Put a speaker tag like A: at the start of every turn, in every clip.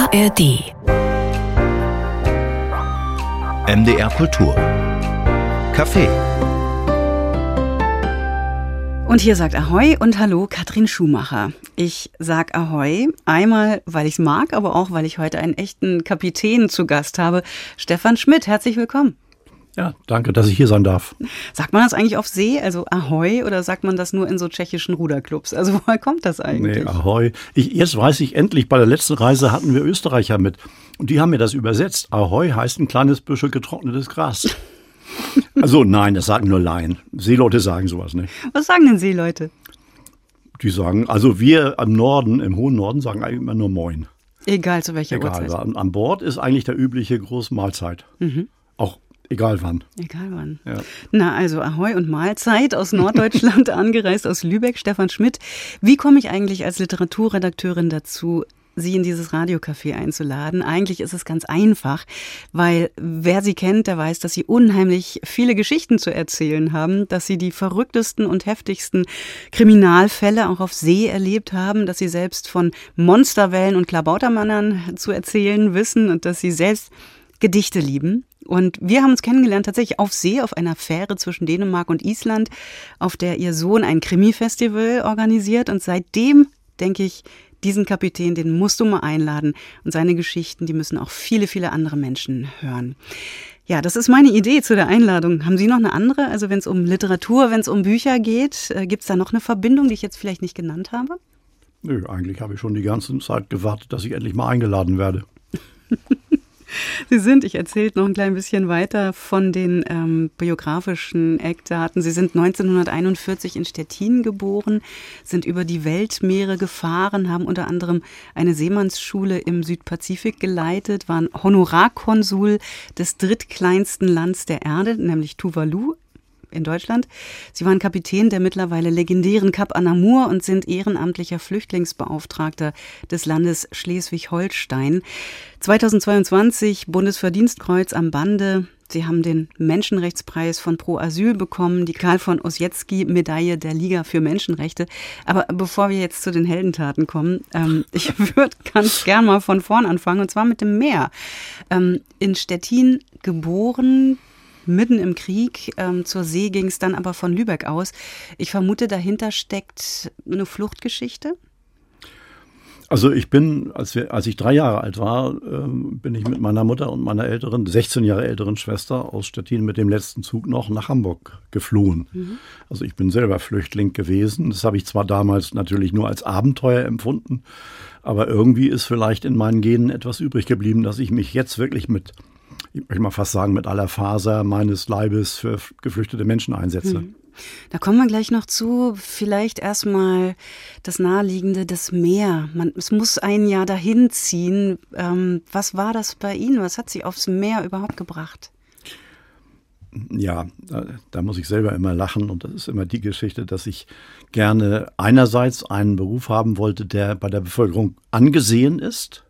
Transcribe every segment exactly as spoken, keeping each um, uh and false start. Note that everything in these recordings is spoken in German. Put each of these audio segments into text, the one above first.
A: A R D.
B: M D R Kultur. Café.
C: Und hier sagt Ahoi und Hallo Katrin Schumacher. Ich sag Ahoi, einmal, weil ich es mag, aber auch, weil ich heute einen echten Kapitän zu Gast habe. Stefan Schmidt, herzlich willkommen.
D: Ja, danke, dass ich hier sein darf.
C: Sagt man das eigentlich auf See, also Ahoi, oder sagt man das nur in so tschechischen Ruderclubs? Also woher kommt das eigentlich?
D: Nee, Ahoi. Ich, jetzt weiß ich endlich, bei der letzten Reise hatten wir Österreicher mit. Und die haben mir das übersetzt. Ahoi heißt ein kleines Büschel getrocknetes Gras. Also nein, das sagen nur Laien. Seeleute sagen sowas nicht.
C: Was sagen denn Seeleute?
D: Die sagen, also wir im Norden, im hohen Norden, sagen eigentlich immer nur Moin.
C: Egal zu welcher
D: Egal,
C: Uhrzeit.
D: Egal, an Bord ist eigentlich der übliche Großmahlzeit. Mhm. Auch egal wann.
C: Egal wann.
D: Ja.
C: Na, also Ahoi und Mahlzeit aus Norddeutschland, angereist aus Lübeck, Stefan Schmidt. Wie komme ich eigentlich als Literaturredakteurin dazu, Sie in dieses Radiocafé einzuladen? Eigentlich ist es ganz einfach, weil wer Sie kennt, der weiß, dass Sie unheimlich viele Geschichten zu erzählen haben, dass Sie die verrücktesten und heftigsten Kriminalfälle auch auf See erlebt haben, dass Sie selbst von Monsterwellen und Klabautermannern zu erzählen wissen und dass Sie selbst Gedichte lieben. Und wir haben uns kennengelernt tatsächlich auf See, auf einer Fähre zwischen Dänemark und Island, auf der Ihr Sohn ein Krimi-Festival organisiert. Und seitdem denke ich, diesen Kapitän, den musst du mal einladen. Und seine Geschichten, die müssen auch viele, viele andere Menschen hören. Ja, das ist meine Idee zu der Einladung. Haben Sie noch eine andere? Also wenn es um Literatur, wenn es um Bücher geht, äh, gibt es da noch eine Verbindung, die ich jetzt vielleicht nicht genannt habe?
D: Nö, eigentlich habe ich schon die ganze Zeit gewartet, dass ich endlich mal eingeladen werde.
C: Sie sind, ich erzähle noch ein klein bisschen weiter von den ähm, biografischen Eckdaten. Sie sind neunzehnhunderteinundvierzig in Stettin geboren, sind über die Weltmeere gefahren, haben unter anderem eine Seemannsschule im Südpazifik geleitet, waren Honorarkonsul des drittkleinsten Lands der Erde, nämlich Tuvalu in Deutschland. Sie waren Kapitän der mittlerweile legendären Kap Anamur und sind ehrenamtlicher Flüchtlingsbeauftragter des Landes Schleswig-Holstein. zweitausendzweiundzwanzig Bundesverdienstkreuz am Bande. Sie haben den Menschenrechtspreis von Pro Asyl bekommen, die Karl von Ossietzky-Medaille der Liga für Menschenrechte. Aber bevor wir jetzt zu den Heldentaten kommen, ähm, ich würde ganz gern mal von vorn anfangen, und zwar mit dem Meer. Ähm, in Stettin geboren, mitten im Krieg. Ähm, zur See ging es dann aber von Lübeck aus. Ich vermute, dahinter steckt eine Fluchtgeschichte.
D: Also ich bin, als, wir, als ich drei Jahre alt war, ähm, bin ich mit meiner Mutter und meiner älteren, sechzehn Jahre älteren Schwester aus Stettin mit dem letzten Zug noch nach Hamburg geflohen. Mhm. Also ich bin selber Flüchtling gewesen. Das habe ich zwar damals natürlich nur als Abenteuer empfunden, aber irgendwie ist vielleicht in meinen Genen etwas übrig geblieben, dass ich mich jetzt wirklich mit, ich möchte mal fast sagen, mit aller Faser meines Leibes für geflüchtete Menschen einsetze.
C: Hm. Da kommen wir gleich noch zu. Vielleicht erstmal das Naheliegende, das Meer. Man, es muss ein Jahr dahin ziehen. Ähm, was war das bei Ihnen? Was hat Sie aufs Meer überhaupt gebracht?
D: Ja, da, da muss ich selber immer lachen. Und das ist immer die Geschichte, dass ich gerne einerseits einen Beruf haben wollte, der bei der Bevölkerung angesehen ist.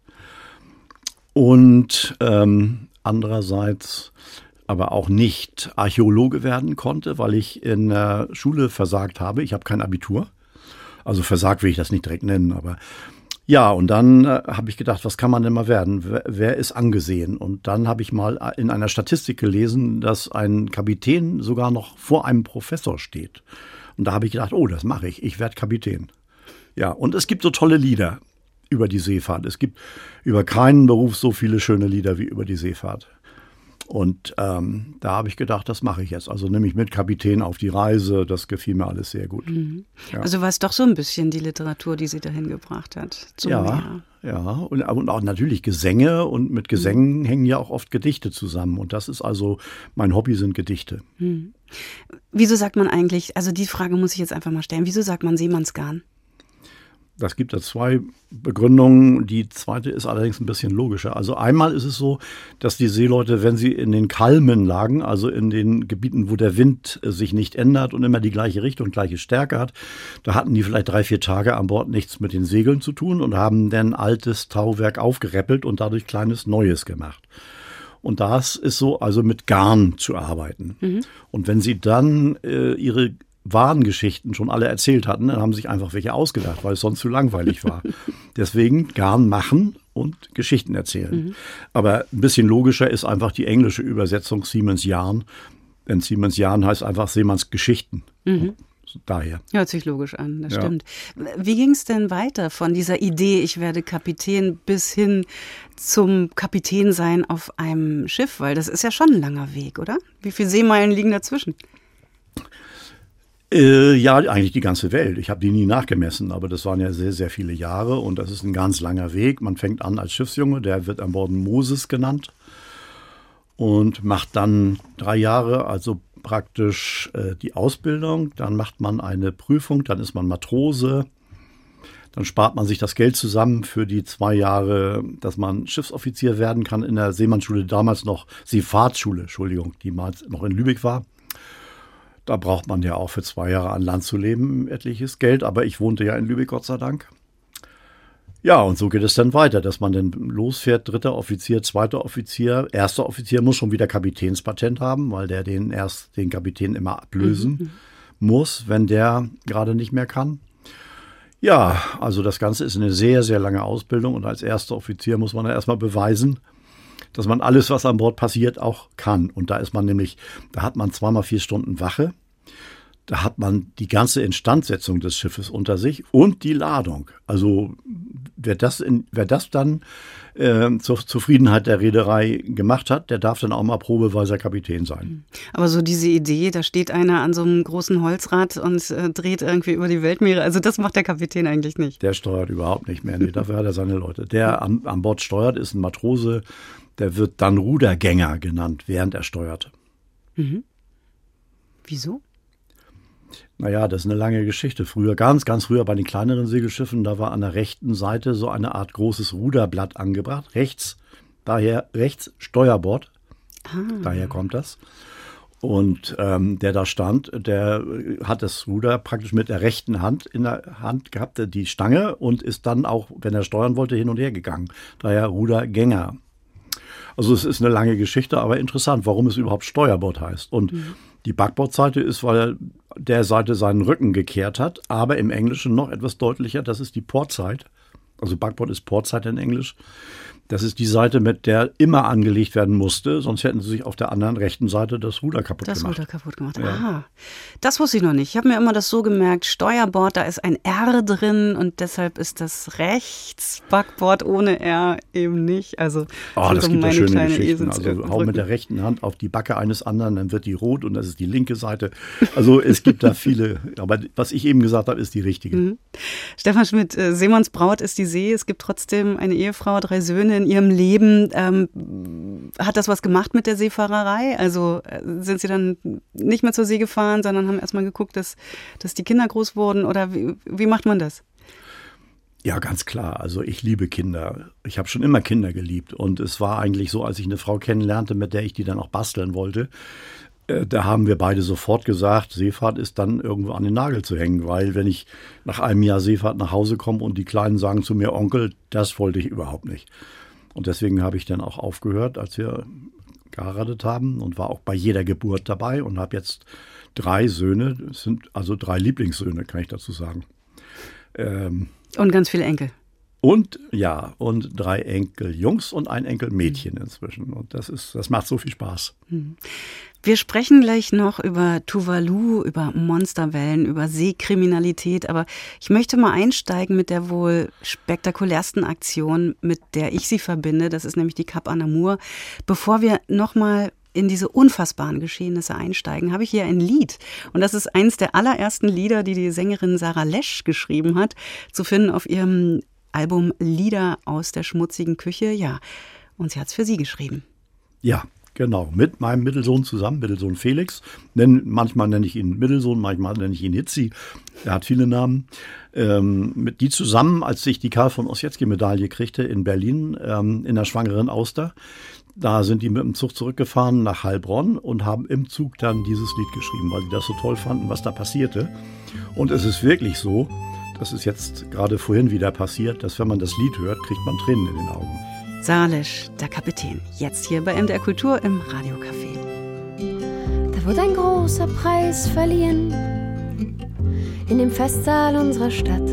D: Und ähm, andererseits aber auch nicht Archäologe werden konnte, weil ich in der Schule versagt habe. Ich habe kein Abitur. Also versagt will ich das nicht direkt nennen, aber ja, und dann äh, habe ich gedacht, was kann man denn mal werden? Wer, wer ist angesehen? Und dann habe ich mal in einer Statistik gelesen, dass ein Kapitän sogar noch vor einem Professor steht. Und da habe ich gedacht, oh, das mache ich. Ich werde Kapitän. Ja, und es gibt so tolle Lieder über die Seefahrt. Es gibt über keinen Beruf so viele schöne Lieder wie über die Seefahrt. Und ähm, da habe ich gedacht, das mache ich jetzt. Also nehme ich mit Kapitän auf die Reise. Das gefiel mir alles sehr gut.
C: Mhm.
D: Ja.
C: Also war es doch so ein bisschen die Literatur, die Sie dahin gebracht hat. Zum
D: ja,
C: Meer.
D: ja. Und, und auch natürlich Gesänge. Und mit Gesängen mhm. hängen ja auch oft Gedichte zusammen. Und das ist also, mein Hobby sind Gedichte.
C: Mhm. Wieso sagt man eigentlich, also die Frage muss ich jetzt einfach mal stellen, wieso sagt man Seemannsgarn?
D: Das gibt da zwei Begründungen. Die zweite ist allerdings ein bisschen logischer. Also einmal ist es so, dass die Seeleute, wenn sie in den Kalmen lagen, also in den Gebieten, wo der Wind sich nicht ändert und immer die gleiche Richtung, gleiche Stärke hat, da hatten die vielleicht drei, vier Tage an Bord nichts mit den Segeln zu tun und haben dann altes Tauwerk aufgeräppelt und dadurch kleines Neues gemacht. Und das ist so, also mit Garn zu arbeiten. Mhm. Und wenn sie dann äh, ihre wahren Geschichten schon alle erzählt hatten, dann haben sich einfach welche ausgedacht, weil es sonst zu langweilig war. Deswegen gern machen und Geschichten erzählen. Mhm. Aber ein bisschen logischer ist einfach die englische Übersetzung Seaman's Yarn. Denn Seaman's Yarn heißt einfach Seemanns Geschichten. Mhm. Daher.
C: Hört sich logisch an, das
D: ja.
C: stimmt. Wie ging es denn weiter von dieser Idee, ich werde Kapitän, bis hin zum Kapitänsein auf einem Schiff? Weil das ist ja schon ein langer Weg, oder? Wie viele Seemeilen liegen dazwischen?
D: Äh, ja, eigentlich die ganze Welt. Ich habe die nie nachgemessen, aber das waren ja sehr, sehr viele Jahre und das ist ein ganz langer Weg. Man fängt an als Schiffsjunge, der wird an Bord Moses genannt und macht dann drei Jahre, also praktisch äh, die Ausbildung, dann macht man eine Prüfung, dann ist man Matrose, dann spart man sich das Geld zusammen für die zwei Jahre, dass man Schiffsoffizier werden kann in der Seemannsschule, damals noch Seefahrtsschule, Entschuldigung, die mal noch in Lübeck war. Da braucht man ja auch für zwei Jahre an Land zu leben etliches Geld, aber ich wohnte ja in Lübeck, Gott sei Dank. Ja, und so geht es dann weiter, dass man dann losfährt, dritter Offizier, zweiter Offizier, erster Offizier muss schon wieder Kapitänspatent haben, weil der den erst den Kapitän immer ablösen mhm. muss, wenn der gerade nicht mehr kann. Ja, also das Ganze ist eine sehr, sehr lange Ausbildung und als erster Offizier muss man ja erstmal beweisen, dass man alles, was an Bord passiert, auch kann. Und da ist man nämlich, da hat man zweimal vier Stunden Wache. Da hat man die ganze Instandsetzung des Schiffes unter sich und die Ladung. Also wer das, in, wer das dann äh, zur Zufriedenheit der Reederei gemacht hat, der darf dann auch mal probeweiser Kapitän sein.
C: Aber so diese Idee, da steht einer an so einem großen Holzrad und äh, dreht irgendwie über die Weltmeere. Also das macht der Kapitän eigentlich nicht.
D: Der steuert überhaupt nicht mehr. Nee, dafür hat er seine Leute. Der an, an Bord steuert, ist ein Matrose. Der wird dann Rudergänger genannt, während er steuert.
C: Mhm. Wieso?
D: Naja, das ist eine lange Geschichte. Früher, ganz, ganz früher bei den kleineren Segelschiffen, da war an der rechten Seite so eine Art großes Ruderblatt angebracht. Rechts, daher rechts Steuerbord. Ah. Daher kommt das. Und ähm, der da stand, der hat das Ruder praktisch mit der rechten Hand in der Hand gehabt, die Stange, und ist dann auch, wenn er steuern wollte, hin und her gegangen. Daher Rudergänger. Also es ist eine lange Geschichte, aber interessant, warum es überhaupt Steuerbord heißt. Und mhm. die Backbordseite ist, weil er der Seite seinen Rücken gekehrt hat, aber im Englischen noch etwas deutlicher, das ist die Portside. Also Backbord ist Portside in Englisch. Das ist die Seite, mit der immer angelegt werden musste, sonst hätten sie sich auf der anderen rechten Seite das Ruder kaputt
C: das
D: gemacht.
C: Das Ruder kaputt gemacht. Ja. Aha, das wusste ich noch nicht. Ich habe mir immer das so gemerkt, Steuerbord, da ist ein R drin und deshalb ist das rechts, Backbord ohne R eben nicht. Also
D: oh, das so gibt ja schöne Geschichten. Also hau mit der rechten Hand auf die Backe eines anderen, dann wird die rot und das ist die linke Seite. Also es gibt da viele, aber was ich eben gesagt habe, ist die richtige.
C: Mhm. Stefan Schmidt, Seemanns Braut ist die See. Es gibt trotzdem eine Ehefrau, drei Söhne in ihrem Leben. Ähm, hat das was gemacht mit der Seefahrerei? Also sind Sie dann nicht mehr zur See gefahren, sondern haben erstmal geguckt, dass, dass die Kinder groß wurden? Oder wie, wie macht man das?
D: Ja, ganz klar. Also ich liebe Kinder. Ich habe schon immer Kinder geliebt. Und es war eigentlich so, als ich eine Frau kennenlernte, mit der ich die dann auch basteln wollte, äh, da haben wir beide sofort gesagt, Seefahrt ist dann irgendwo an den Nagel zu hängen. Weil wenn ich nach einem Jahr Seefahrt nach Hause komme und die Kleinen sagen zu mir, Onkel, das wollte ich überhaupt nicht. Und deswegen habe ich dann auch aufgehört, als wir geheiratet haben und war auch bei jeder Geburt dabei und habe jetzt drei Söhne, das sind also drei Lieblingssöhne, kann ich dazu sagen. Ähm,
C: und ganz viele Enkel.
D: Und ja, und drei Enkeljungs und ein Enkelmädchen inzwischen. Und das ist, das macht so viel Spaß.
C: Wir sprechen gleich noch über Tuvalu, über Monsterwellen, über Seekriminalität. Aber ich möchte mal einsteigen mit der wohl spektakulärsten Aktion, mit der ich sie verbinde. Das ist nämlich die Cap Anamur. Bevor wir noch mal in diese unfassbaren Geschehnisse einsteigen, habe ich hier ein Lied. Und das ist eines der allerersten Lieder, die die Sängerin Sarah Lesch geschrieben hat, zu finden auf ihrem Album Lieder aus der schmutzigen Küche. Ja, und sie hat es für Sie geschrieben.
D: Ja, genau. Mit meinem Mittelsohn zusammen, Mittelsohn Felix. Nenn, manchmal nenne ich ihn Mittelsohn, manchmal nenne ich ihn Hitzi. Er hat viele Namen. Ähm, mit die zusammen, als ich die Karl von Ossietzky-Medaille kriegte in Berlin, ähm, in der Schwangeren Auster, da sind die mit dem Zug zurückgefahren nach Heilbronn und haben im Zug dann dieses Lied geschrieben, weil sie das so toll fanden, was da passierte. Und es ist wirklich so, das ist jetzt gerade vorhin wieder passiert, dass wenn man das Lied hört, kriegt man Tränen in den Augen.
C: Sarah Lesch, der Kapitän, jetzt hier bei M D R Kultur im Radiocafé.
A: Da wird ein großer Preis verliehen in dem Festsaal unserer Stadt.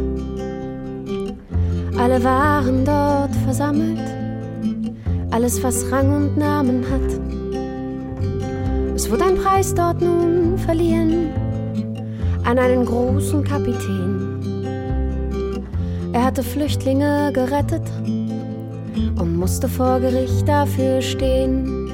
A: Alle waren dort versammelt, alles was Rang und Namen hat. Es wurde ein Preis dort nun verliehen an einen großen Kapitän. Er hatte Flüchtlinge gerettet und musste vor Gericht dafür stehen.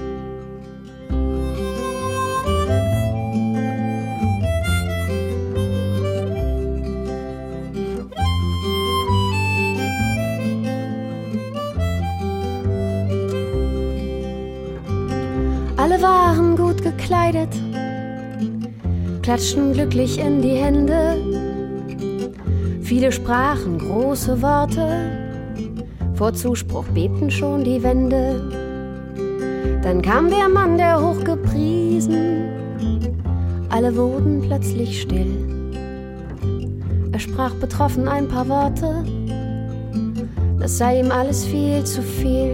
A: Alle waren gut gekleidet, klatschten glücklich in die Hände. Viele sprachen große Worte, vor Zuspruch bebten schon die Wände. Dann kam der Mann, der hochgepriesen, alle wurden plötzlich still. Er sprach betroffen ein paar Worte, das sei ihm alles viel zu viel.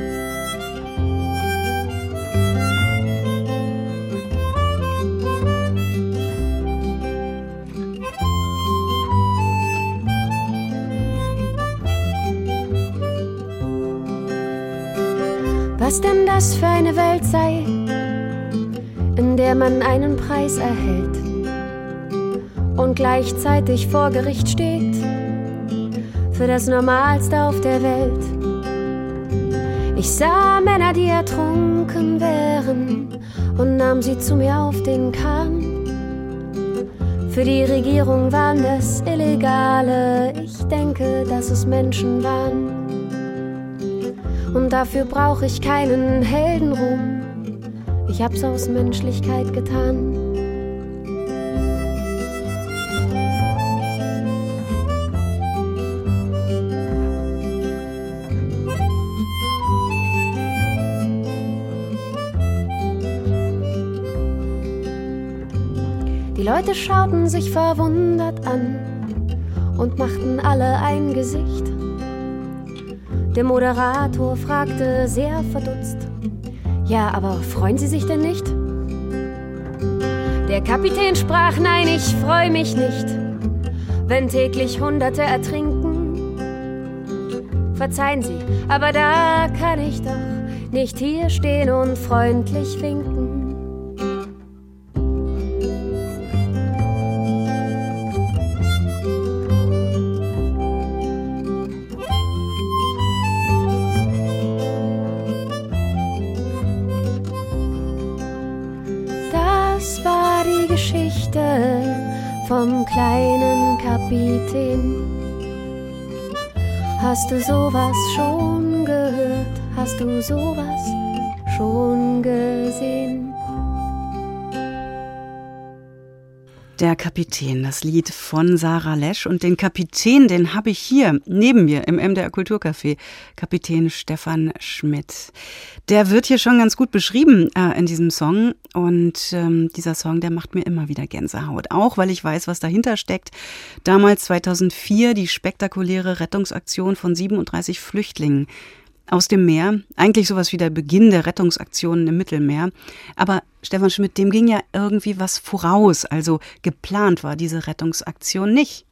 A: Was denn das für eine Welt sei, in der man einen Preis erhält und gleichzeitig vor Gericht steht für das Normalste auf der Welt. Ich sah Männer, die ertrunken wären, und nahm sie zu mir auf den Kahn. Für die Regierung waren das Illegale, ich denke, dass es Menschen waren. Und dafür brauch ich keinen Heldenruhm, ich hab's aus Menschlichkeit getan. Die Leute schauten sich verwundert an und machten alle ein Gesicht. Der Moderator fragte sehr verdutzt: Ja, aber freuen Sie sich denn nicht? Der Kapitän sprach: Nein, ich freu mich nicht, wenn täglich Hunderte ertrinken. Verzeihen Sie, aber da kann ich doch nicht hier stehen und freundlich winken. Vom kleinen Kapitän. Hast du sowas schon gehört? Hast du sowas schon gesehen?
C: Der Kapitän, das Lied von Sarah Lesch. Und den Kapitän, den habe ich hier neben mir im M D R Kulturcafé. Kapitän Stefan Schmidt. Der wird hier schon ganz gut beschrieben äh, in diesem Song. Und ähm, dieser Song, der macht mir immer wieder Gänsehaut. Auch, weil ich weiß, was dahinter steckt. Damals zweitausendvier die spektakuläre Rettungsaktion von siebenunddreißig Flüchtlingen aus dem Meer. Eigentlich sowas wie der Beginn der Rettungsaktionen im Mittelmeer. Aber Stefan Schmidt, dem ging ja irgendwie was voraus. Also geplant war diese Rettungsaktion nicht.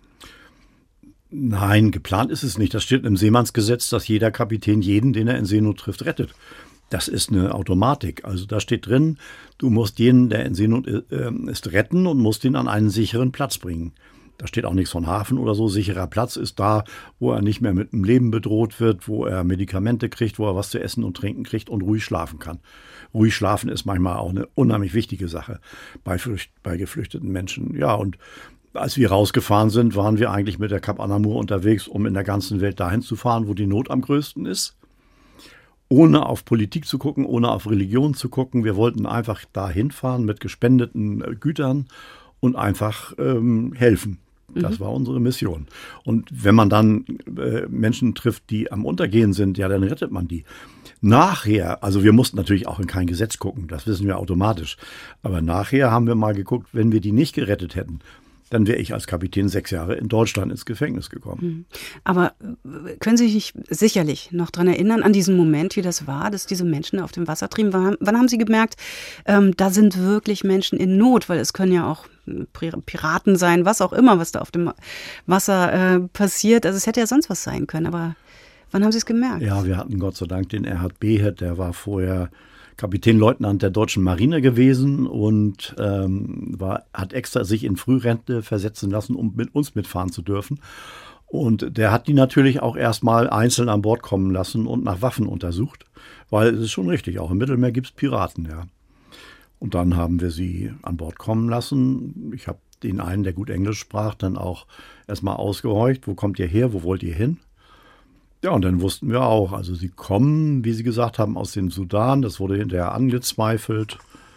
D: Nein, geplant ist es nicht. Das steht im Seemannsgesetz, dass jeder Kapitän jeden, den er in Seenot trifft, rettet. Das ist eine Automatik. Also da steht drin, du musst jeden, der in Seenot ist, retten und musst ihn an einen sicheren Platz bringen. Da steht auch nichts von Hafen oder so. Sicherer Platz ist da, wo er nicht mehr mit dem Leben bedroht wird, wo er Medikamente kriegt, wo er was zu essen und trinken kriegt und ruhig schlafen kann. Ruhig schlafen ist manchmal auch eine unheimlich wichtige Sache bei, bei geflüchteten Menschen. Ja, und als wir rausgefahren sind, waren wir eigentlich mit der Cap Anamur unterwegs, um in der ganzen Welt dahin zu fahren, wo die Not am größten ist. Ohne auf Politik zu gucken, ohne auf Religion zu gucken. Wir wollten einfach dahin fahren mit gespendeten Gütern und einfach ähm, helfen. Das war unsere Mission. Und wenn man dann äh, Menschen trifft, die am Untergehen sind, ja, dann rettet man die. Nachher, also wir mussten natürlich auch in kein Gesetz gucken, das wissen wir automatisch. Aber nachher haben wir mal geguckt, wenn wir die nicht gerettet hätten, dann wäre ich als Kapitän sechs Jahre in Deutschland ins Gefängnis gekommen.
C: Aber können Sie sich sicherlich noch daran erinnern, an diesen Moment, wie das war, dass diese Menschen auf dem Wasser trieben? Wann, wann haben Sie gemerkt, ähm, da sind wirklich Menschen in Not? Weil es können ja auch Piraten sein, was auch immer, was da auf dem Wasser äh, passiert. Also es hätte ja sonst was sein können, aber wann haben Sie es gemerkt?
D: Ja, wir hatten Gott sei Dank den Erhard Behet, der war vorher Kapitänleutnant der deutschen Marine gewesen und ähm, war, hat extra sich in Frührente versetzen lassen, um mit uns mitfahren zu dürfen. Und der hat die natürlich auch erstmal einzeln an Bord kommen lassen und nach Waffen untersucht, weil es ist schon richtig, auch im Mittelmeer gibt es Piraten, ja. Und dann haben wir sie an Bord kommen lassen. Ich habe den einen, der gut Englisch sprach, dann auch erstmal ausgehorcht, wo kommt ihr her, wo wollt ihr hin? Ja, und dann wussten wir auch, also sie kommen, wie Sie gesagt haben, aus dem Sudan. Das wurde hinterher angezweifelt,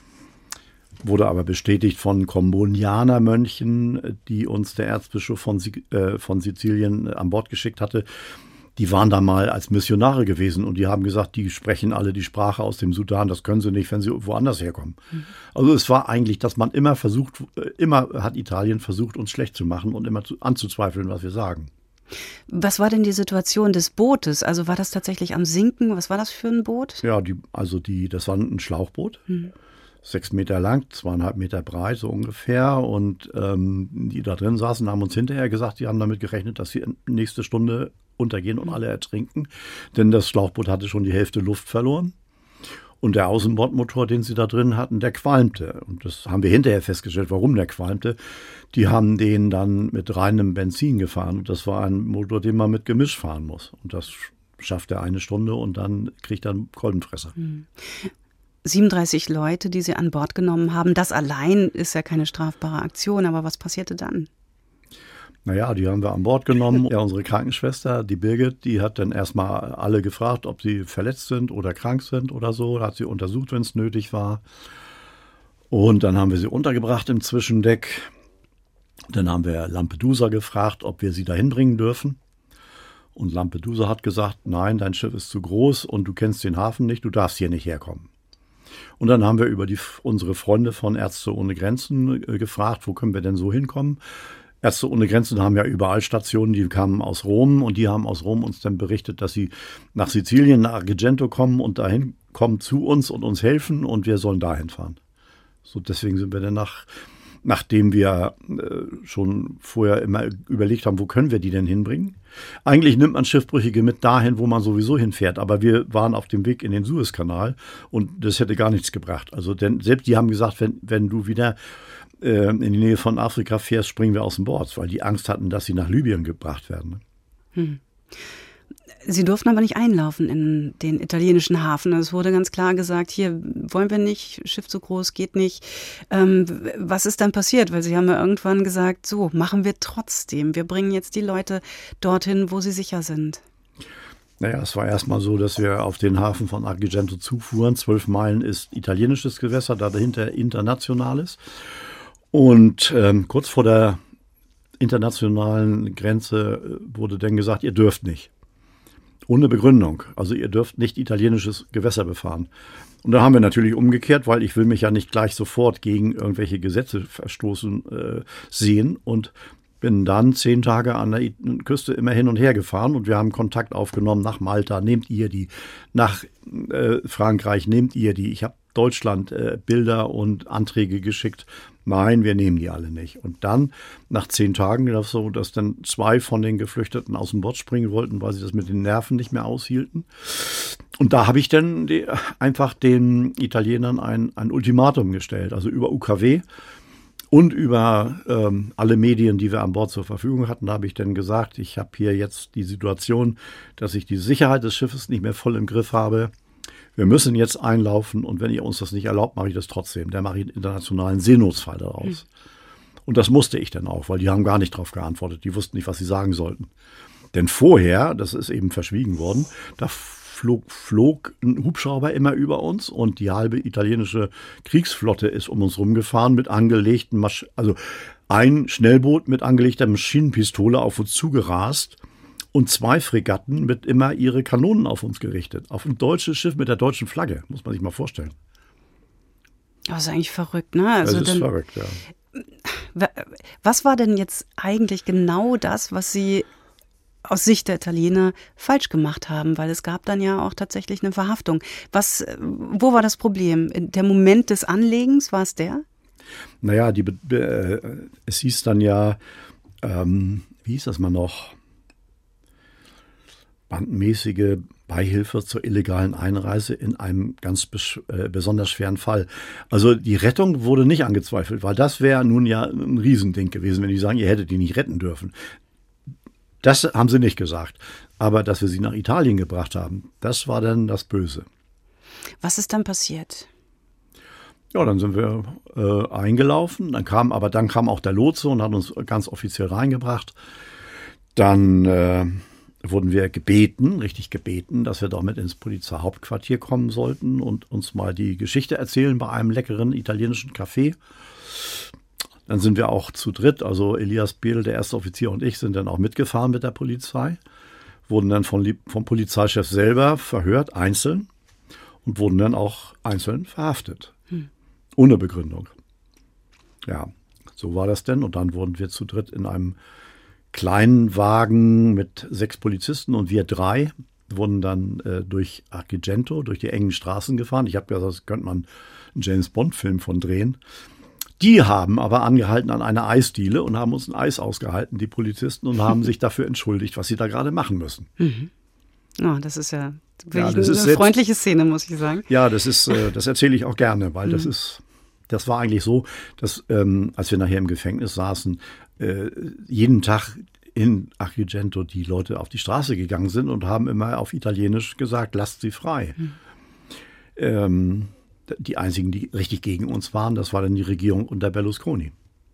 D: wurde aber bestätigt von Kombonianermönchen, die uns der Erzbischof von, äh, von Sizilien an Bord geschickt hatte. Die waren da mal als Missionare gewesen und die haben gesagt, die sprechen alle die Sprache aus dem Sudan. Das können sie nicht, wenn sie woanders herkommen. Mhm. Also es war eigentlich, dass man immer versucht, immer hat Italien versucht, uns schlecht zu machen und immer zu, anzuzweifeln, was wir sagen.
C: Was war denn die Situation des Bootes? Also war das tatsächlich am Sinken? Was war das für ein Boot?
D: Ja, die, also die, das war ein Schlauchboot, hm. sechs Meter lang, zweieinhalb Meter breit so ungefähr. Und ähm, die da drin saßen, haben uns hinterher gesagt, die haben damit gerechnet, dass sie nächste Stunde untergehen und hm. alle ertrinken. Denn das Schlauchboot hatte schon die Hälfte Luft verloren. Und der Außenbordmotor, den sie da drin hatten, der qualmte. Und das haben wir hinterher festgestellt, warum der qualmte. Die haben den dann mit reinem Benzin gefahren. Und das war ein Motor, den man mit Gemisch fahren muss. Und das schafft er eine Stunde und dann kriegt er einen Kolbenfresser.
C: Hm. siebenunddreißig Leute, die sie an Bord genommen haben. Das allein ist ja keine strafbare Aktion. Aber was passierte dann?
D: Naja, die haben wir an Bord genommen. Ja, unsere Krankenschwester, die Birgit, die hat dann erstmal alle gefragt, ob sie verletzt sind oder krank sind oder so. Da hat sie untersucht, wenn es nötig war. Und dann haben wir sie untergebracht im Zwischendeck. Dann haben wir Lampedusa gefragt, ob wir sie dahin bringen dürfen. Und Lampedusa hat gesagt, nein, dein Schiff ist zu groß und du kennst den Hafen nicht, du darfst hier nicht herkommen. Und dann haben wir über die, unsere Freunde von Ärzte ohne Grenzen äh, gefragt, wo können wir denn so hinkommen? Ärzte ohne Grenzen haben ja überall Stationen, die kamen aus Rom und die haben aus Rom uns dann berichtet, dass sie nach Sizilien, nach Agrigento kommen und dahin kommen zu uns und uns helfen und wir sollen dahin fahren. So, deswegen sind wir dann nach, nachdem wir äh, schon vorher immer überlegt haben, wo können wir die denn hinbringen? Eigentlich nimmt man Schiffbrüchige mit dahin, wo man sowieso hinfährt, aber wir waren auf dem Weg in den Suezkanal und das hätte gar nichts gebracht. Also denn selbst die haben gesagt, wenn, wenn du wieder in die Nähe von Afrika fährst, springen wir aus dem Boot, weil die Angst hatten, dass sie nach Libyen gebracht werden.
C: Hm. Sie durften aber nicht einlaufen in den italienischen Hafen. Es wurde ganz klar gesagt, hier wollen wir nicht, Schiff zu groß, geht nicht. Ähm, was ist dann passiert? Weil Sie haben ja irgendwann gesagt, so, machen wir trotzdem. Wir bringen jetzt die Leute dorthin, wo sie sicher sind.
D: Naja, es war erstmal so, dass wir auf den Hafen von Agrigento zufuhren. Zwölf Meilen ist italienisches Gewässer, da dahinter internationales. Und ähm, kurz vor der internationalen Grenze wurde dann gesagt, ihr dürft nicht. Ohne Begründung. Also ihr dürft nicht italienisches Gewässer befahren. Und da haben wir natürlich umgekehrt, weil ich will mich ja nicht gleich sofort gegen irgendwelche Gesetze verstoßen äh, sehen. Und bin dann zehn Tage an der Küste immer hin und her gefahren und wir haben Kontakt aufgenommen nach Malta, nehmt ihr die, nach äh, Frankreich, nehmt ihr die. Ich habe Deutschland äh, Bilder und Anträge geschickt. Nein, wir nehmen die alle nicht. Und dann, nach zehn Tagen, war es so, dass dann zwei von den Geflüchteten aus dem Boot springen wollten, weil sie das mit den Nerven nicht mehr aushielten. Und da habe ich dann die, einfach den Italienern ein, ein Ultimatum gestellt, also über U K W und über ähm, alle Medien, die wir an Bord zur Verfügung hatten. Da habe ich dann gesagt, ich habe hier jetzt die Situation, dass ich die Sicherheit des Schiffes nicht mehr voll im Griff habe. Wir müssen jetzt einlaufen und wenn ihr uns das nicht erlaubt, mache ich das trotzdem. Da mache ich einen internationalen Seenotfall daraus. Mhm. Und das musste ich dann auch, weil die haben gar nicht darauf geantwortet. Die wussten nicht, was sie sagen sollten. Denn vorher, das ist eben verschwiegen worden, da flog, flog ein Hubschrauber immer über uns und die halbe italienische Kriegsflotte ist um uns rumgefahren mit angelegten, Masch- also ein Schnellboot mit angelegter Maschinenpistole auf uns zugerast. Und zwei Fregatten mit immer ihre Kanonen auf uns gerichtet. Auf ein deutsches Schiff mit der deutschen Flagge, muss man sich mal vorstellen.
C: Das ist eigentlich verrückt, ne? Also
D: das ist
C: dann,
D: verrückt, ja.
C: Was war denn jetzt eigentlich genau das, was Sie aus Sicht der Italiener falsch gemacht haben? Weil es gab dann ja auch tatsächlich eine Verhaftung. Was, wo war das Problem? Der Moment des Anlegens, war es der?
D: Naja, die, äh, es hieß dann ja, ähm, wie hieß das mal noch? Bandenmäßige Beihilfe zur illegalen Einreise in einem ganz bes- äh, besonders schweren Fall. Also die Rettung wurde nicht angezweifelt, weil das wäre nun ja ein Riesending gewesen, wenn die sagen, ihr hättet die nicht retten dürfen. Das haben sie nicht gesagt. Aber dass wir sie nach Italien gebracht haben, das war dann das Böse.
C: Was ist dann passiert?
D: Ja, dann sind wir äh, eingelaufen. Dann kam, aber dann kam auch der Lotse und hat uns ganz offiziell reingebracht. Dann äh, wurden wir gebeten, richtig gebeten, dass wir doch mit ins Polizeihauptquartier kommen sollten und uns mal die Geschichte erzählen bei einem leckeren italienischen Café. Dann sind wir auch zu dritt, also Elias Behl, der erste Offizier, und ich sind dann auch mitgefahren mit der Polizei, wurden dann von, vom Polizeichef selber verhört, einzeln, und wurden dann auch einzeln verhaftet, hm. ohne Begründung. Ja, so war das denn. Und dann wurden wir zu dritt in einem kleinen Wagen mit sechs Polizisten und wir drei wurden dann äh, durch Agrigento, durch die engen Straßen gefahren. Ich habe gesagt, das könnte man einen James-Bond-Film von drehen. Die haben aber angehalten an einer Eisdiele und haben uns ein Eis ausgehalten, die Polizisten, und haben sich dafür entschuldigt, was sie da gerade machen müssen.
C: Mhm. Oh, das ist ja wirklich
D: ja, das
C: eine
D: ist selbst,
C: freundliche Szene, muss ich sagen.
D: Ja, das ist, äh, das erzähle ich auch gerne, weil mhm. das ist, das war eigentlich so, dass ähm, als wir nachher im Gefängnis saßen, äh, jeden Tag in Agrigento die Leute auf die Straße gegangen sind und haben immer auf Italienisch gesagt, lasst sie frei. Mhm. Ähm, Die einzigen, die richtig gegen uns waren, das war dann die Regierung unter Berlusconi.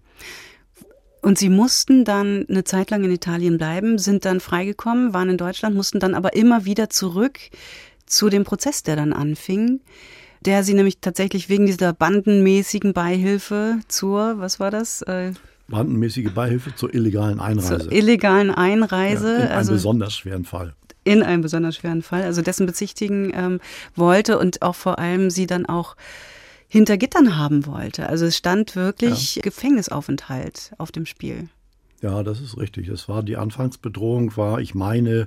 C: Und Sie mussten dann eine Zeit lang in Italien bleiben, sind dann freigekommen, waren in Deutschland, mussten dann aber immer wieder zurück zu dem Prozess, der dann anfing, der Sie nämlich tatsächlich wegen dieser bandenmäßigen Beihilfe zur, was war das? Äh,
D: Bandenmäßige Beihilfe zur illegalen Einreise.
C: Zur illegalen Einreise.
D: Ja, in einem
C: also
D: besonders schweren Fall.
C: In einem besonders schweren Fall, also dessen bezichtigen ähm, wollte und auch vor allem sie dann auch hinter Gittern haben wollte. Also es stand wirklich ja. Gefängnisaufenthalt auf dem Spiel.
D: Ja, das ist richtig. Das war die Anfangsbedrohung, war, ich meine,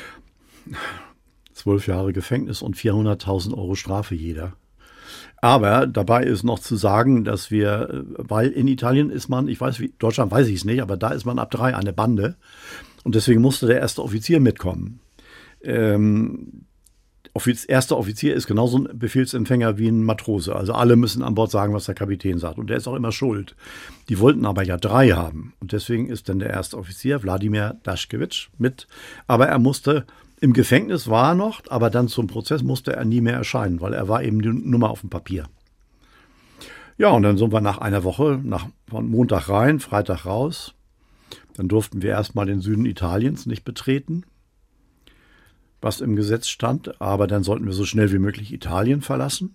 D: zwölf Jahre Gefängnis und vierhunderttausend Euro Strafe jeder. Aber dabei ist noch zu sagen, dass wir, weil in Italien ist man, ich weiß, wie Deutschland weiß ich es nicht, aber da ist man ab drei eine Bande. Und deswegen musste der erste Offizier mitkommen. Ähm, Offiz- erster Offizier ist genauso ein Befehlsempfänger wie ein Matrose. Also alle müssen an Bord sagen, was der Kapitän sagt. Und der ist auch immer schuld. Die wollten aber ja drei haben. Und deswegen ist dann der erste Offizier, Wladimir Daschkewitsch, mit. Aber er musste, im Gefängnis war er noch, aber dann zum Prozess musste er nie mehr erscheinen, weil er war eben die Nummer auf dem Papier. Ja, und dann sind wir nach einer Woche, nach, von Montag rein, Freitag raus. Dann durften wir erstmal den Süden Italiens nicht betreten, was im Gesetz stand. Aber dann sollten wir so schnell wie möglich Italien verlassen.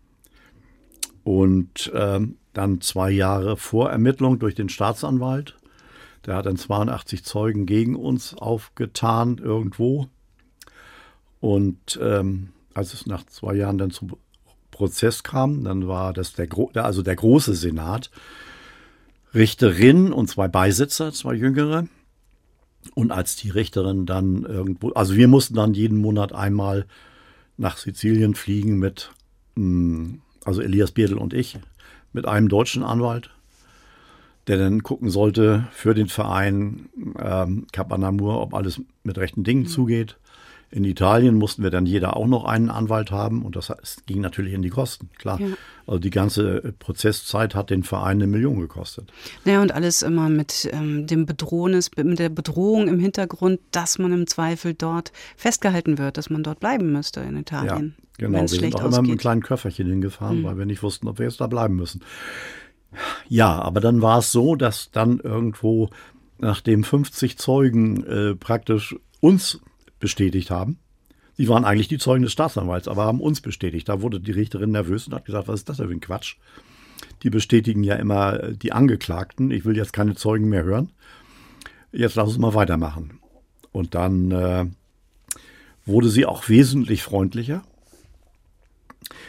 D: Und ähm, dann zwei Jahre Vorermittlung durch den Staatsanwalt. Der hat dann zweiundachtzig Zeugen gegen uns aufgetan irgendwo. Und ähm, als es nach zwei Jahren dann zum Prozess kam, dann war das der, Gro- also der große Senat, Richterin und zwei Beisitzer, zwei Jüngere. Und als die Richterin dann irgendwo, also wir mussten dann jeden Monat einmal nach Sizilien fliegen mit, also Elias Bierdl und ich, mit einem deutschen Anwalt, der dann gucken sollte für den Verein ähm, Cap Anamur, ob alles mit rechten Dingen mhm. zugeht. In Italien mussten wir dann jeder auch noch einen Anwalt haben und das ging natürlich in die Kosten, klar. Ja. Also die ganze Prozesszeit hat den Verein eine Million gekostet.
C: Ja, und alles immer mit ähm, dem Bedrohnis, mit der Bedrohung im Hintergrund, dass man im Zweifel dort festgehalten wird, dass man dort bleiben müsste in Italien.
D: Ja, genau. Wir sind auch immer mit einem kleinen Köfferchen hingefahren, mhm. weil wir nicht wussten, ob wir jetzt da bleiben müssen. Ja, aber dann war es so, dass dann irgendwo, nachdem fünfzig Zeugen äh, praktisch uns bestätigt haben. Die waren eigentlich die Zeugen des Staatsanwalts, aber haben uns bestätigt. Da wurde die Richterin nervös und hat gesagt, was ist das denn für ein Quatsch? Die bestätigen ja immer die Angeklagten. Ich will jetzt keine Zeugen mehr hören. Jetzt lass uns mal weitermachen. Und dann äh, wurde sie auch wesentlich freundlicher.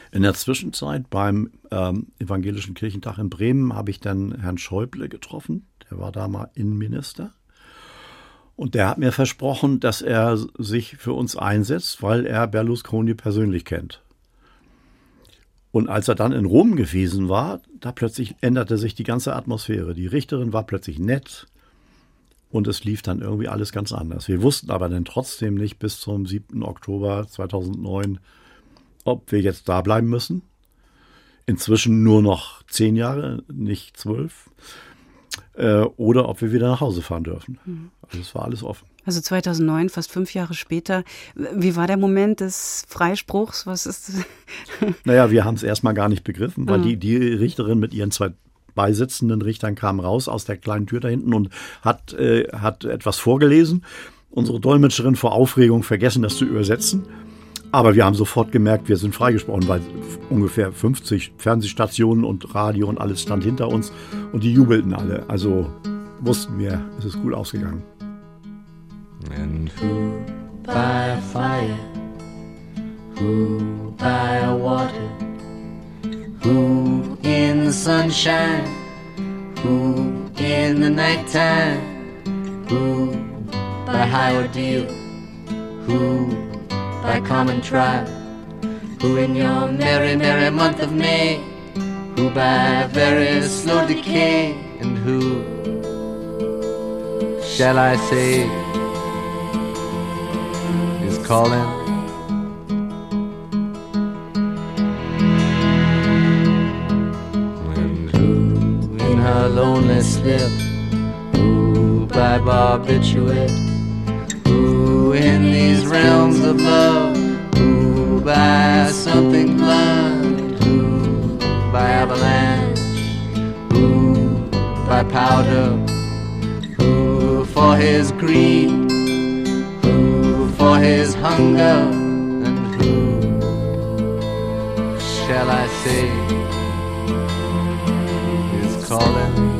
D: In der Zwischenzeit beim ähm, Evangelischen Kirchentag in Bremen habe ich dann Herrn Schäuble getroffen. Der war da mal Innenminister. Und der hat mir versprochen, dass er sich für uns einsetzt, weil er Berlusconi persönlich kennt. Und als er dann in Rom gewesen war, da plötzlich änderte sich die ganze Atmosphäre. Die Richterin war plötzlich nett und es lief dann irgendwie alles ganz anders. Wir wussten aber dann trotzdem nicht bis zum siebten Oktober zweitausendneun, ob wir jetzt da bleiben müssen. Inzwischen nur noch zehn Jahre, nicht zwölf. Äh, oder ob wir wieder nach Hause fahren dürfen. Mhm. Also es war alles offen.
C: Also zweitausendneun, fast fünf Jahre später. Wie war der Moment des Freispruchs? Was ist das?
D: Naja, wir haben es erstmal gar nicht begriffen, weil mhm. die, die Richterin mit ihren zwei beisitzenden Richtern kam raus aus der kleinen Tür da hinten und hat, äh, hat etwas vorgelesen. Unsere Dolmetscherin vor Aufregung vergessen, das zu übersetzen. Aber wir haben sofort gemerkt, wir sind freigesprochen, weil ungefähr fünfzig Fernsehstationen und Radio und alles stand hinter uns und die jubelten alle. Also wussten wir, es ist gut ausgegangen.
E: And who by a fire, who by a water, who in the sunshine, who in the nighttime, who by high ordeal, who by common trial, who in your merry, merry month of May, who by very slow decay, and who shall I say is calling? And who in her lonely slip, who by barbiturate, who in these realms of love, who by something blunt, who by avalanche, who by powder, who for his greed, who for his hunger, and who shall I say is calling?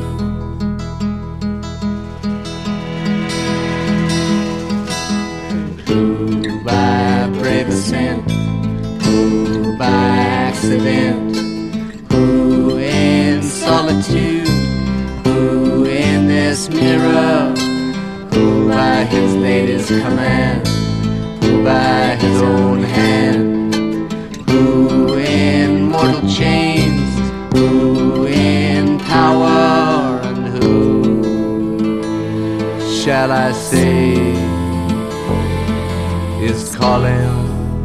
E: Who by brave ascent, who by accident, who in solitude, who in this mirror, who by his lady's command, who by his own hand, who in mortal chains, who in power, and who shall I say is calling?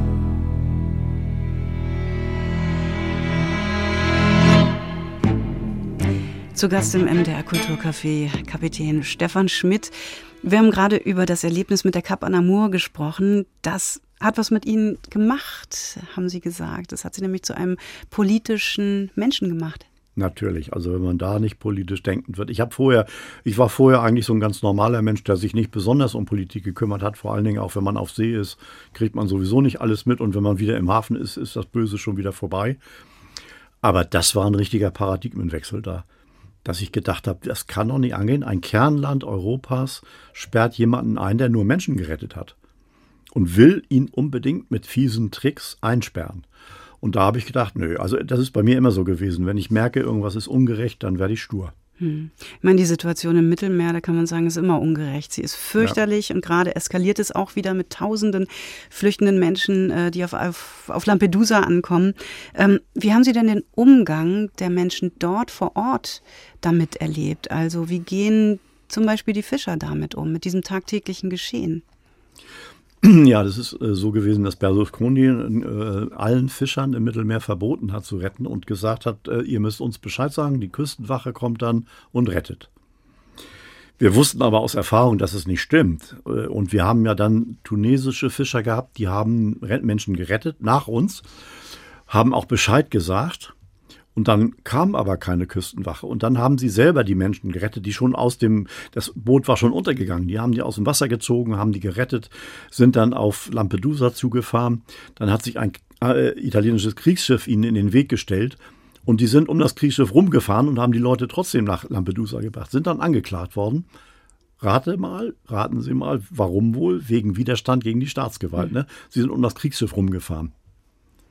C: Zu Gast im M D R Kulturcafé Kapitän Stefan Schmidt. Wir haben gerade über das Erlebnis mit der Cap Anamur gesprochen. Das hat was mit Ihnen gemacht, haben Sie gesagt. Das hat Sie nämlich zu einem politischen Menschen gemacht.
D: Natürlich, also wenn man da nicht politisch denkend wird. Ich habe vorher, ich war vorher eigentlich so ein ganz normaler Mensch, der sich nicht besonders um Politik gekümmert hat. Vor allen Dingen auch, wenn man auf See ist, kriegt man sowieso nicht alles mit. Und wenn man wieder im Hafen ist, ist das Böse schon wieder vorbei. Aber das war ein richtiger Paradigmenwechsel da, dass ich gedacht habe, das kann doch nicht angehen. Ein Kernland Europas sperrt jemanden ein, der nur Menschen gerettet hat und will ihn unbedingt mit fiesen Tricks einsperren. Und da habe ich gedacht, nö, also das ist bei mir immer so gewesen. Wenn ich merke, irgendwas ist ungerecht, dann werde ich stur.
C: Hm. Ich meine, die Situation im Mittelmeer, da kann man sagen, ist immer ungerecht. Sie ist fürchterlich ja. Und gerade eskaliert es auch wieder mit tausenden flüchtenden Menschen, die auf, auf, auf Lampedusa ankommen. Ähm, wie haben Sie denn den Umgang der Menschen dort vor Ort damit erlebt? Also wie gehen zum Beispiel die Fischer damit um, mit diesem tagtäglichen Geschehen?
D: Ja, das ist äh, so gewesen, dass Berlusconi äh, allen Fischern im Mittelmeer verboten hat zu retten und gesagt hat, äh, ihr müsst uns Bescheid sagen, die Küstenwache kommt dann und rettet. Wir wussten aber aus Erfahrung, dass es nicht stimmt. Äh, und wir haben ja dann tunesische Fischer gehabt, die haben Menschen gerettet nach uns, haben auch Bescheid gesagt. Und dann kam aber keine Küstenwache. Und dann haben sie selber die Menschen gerettet, die schon aus dem, das Boot war schon untergegangen. Die haben die aus dem Wasser gezogen, haben die gerettet, sind dann auf Lampedusa zugefahren. Dann hat sich ein äh, italienisches Kriegsschiff ihnen in den Weg gestellt. Und die sind um das Kriegsschiff rumgefahren und haben die Leute trotzdem nach Lampedusa gebracht. Sind dann angeklagt worden. Rate mal, raten Sie mal, warum wohl? Wegen Widerstand gegen die Staatsgewalt. Ne? Sie sind um das Kriegsschiff rumgefahren.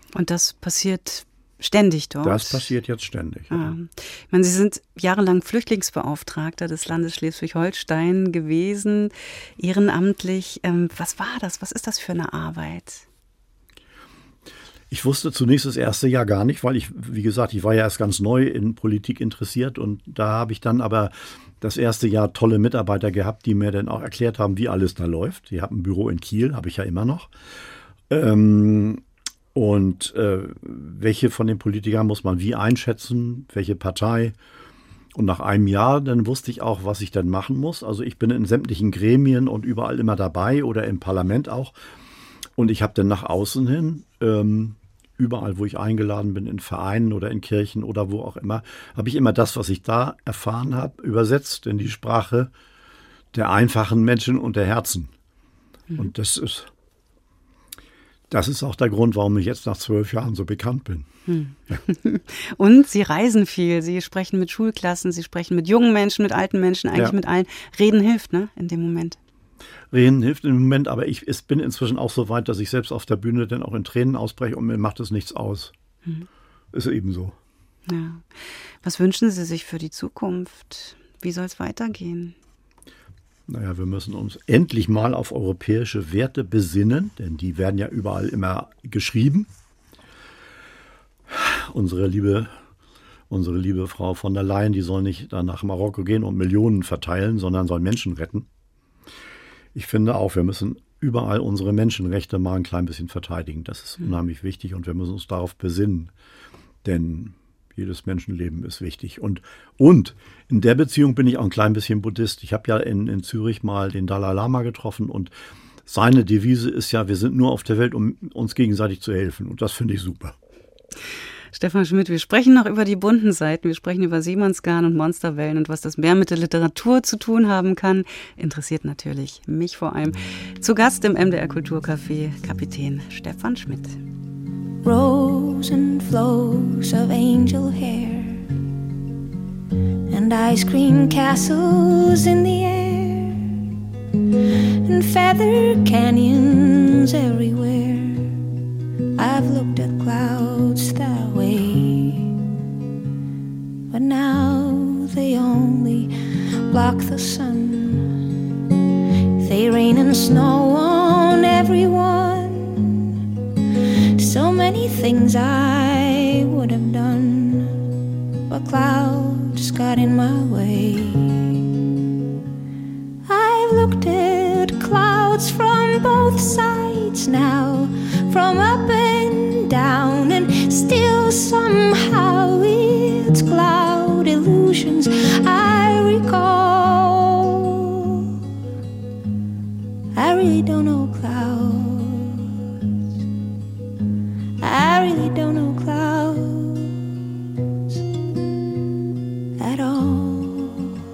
C: Und das passiert ständig dort?
D: Das passiert jetzt ständig.
C: Ja. Ich meine, Sie sind jahrelang Flüchtlingsbeauftragter des Landes Schleswig-Holstein gewesen, ehrenamtlich. Was war das? Was ist das für eine Arbeit?
D: Ich wusste zunächst das erste Jahr gar nicht, weil ich, wie gesagt, ich war ja erst ganz neu in Politik interessiert und da habe ich dann aber das erste Jahr tolle Mitarbeiter gehabt, die mir dann auch erklärt haben, wie alles da läuft. Ich habe ein Büro in Kiel, habe ich ja immer noch. Ähm, und äh, welche von den Politikern muss man wie einschätzen, welche Partei. Und nach einem Jahr, dann wusste ich auch, was ich dann machen muss. Also ich bin in sämtlichen Gremien und überall immer dabei oder im Parlament auch. Und ich habe dann nach außen hin, ähm, überall, wo ich eingeladen bin, in Vereinen oder in Kirchen oder wo auch immer, habe ich immer das, was ich da erfahren habe, übersetzt in die Sprache der einfachen Menschen und der Herzen. Mhm. Und das ist, das ist auch der Grund, warum ich jetzt nach zwölf Jahren so bekannt bin.
C: Mhm. Ja. Und Sie reisen viel, Sie sprechen mit Schulklassen, Sie sprechen mit jungen Menschen, mit alten Menschen, eigentlich ja. mit allen. Reden hilft, ne, in dem Moment.
D: Reden hilft im Moment, aber ich, ich bin inzwischen auch so weit, dass ich selbst auf der Bühne dann auch in Tränen ausbreche und mir macht es nichts aus. Mhm. Ist eben so.
C: Ja. Was wünschen Sie sich für die Zukunft? Wie soll es weitergehen?
D: Naja, wir müssen uns endlich mal auf europäische Werte besinnen, denn die werden ja überall immer geschrieben. Unsere liebe, unsere liebe Frau von der Leyen, die soll nicht dann nach Marokko gehen und Millionen verteilen, sondern soll Menschen retten. Ich finde auch, wir müssen überall unsere Menschenrechte mal ein klein bisschen verteidigen. Das ist unheimlich wichtig und wir müssen uns darauf besinnen. Denn jedes Menschenleben ist wichtig. Und, und in der Beziehung bin ich auch ein klein bisschen Buddhist. Ich habe ja in, in Zürich mal den Dalai Lama getroffen und seine Devise ist ja, wir sind nur auf der Welt, um uns gegenseitig zu helfen. Und das finde ich super.
C: Stefan Schmidt, wir sprechen noch über die bunten Seiten. Wir sprechen über Seemannsgarn und Monsterwellen und was das mehr mit der Literatur zu tun haben kann. Interessiert natürlich mich vor allem. Zu Gast im M D R Kulturcafé Kapitän Stefan Schmidt.
F: Rows and flows of angel hair and ice cream castles in the air and feather canyons everywhere. I've looked at clouds that way, but now they only block the sun. They rain and snow on everyone. So many things I would have done, but clouds got in my way. I've looked at clouds from both sides now, from up and down, and still somehow it's cloud illusions I recall. I really don't know clouds. I really don't know clouds at all.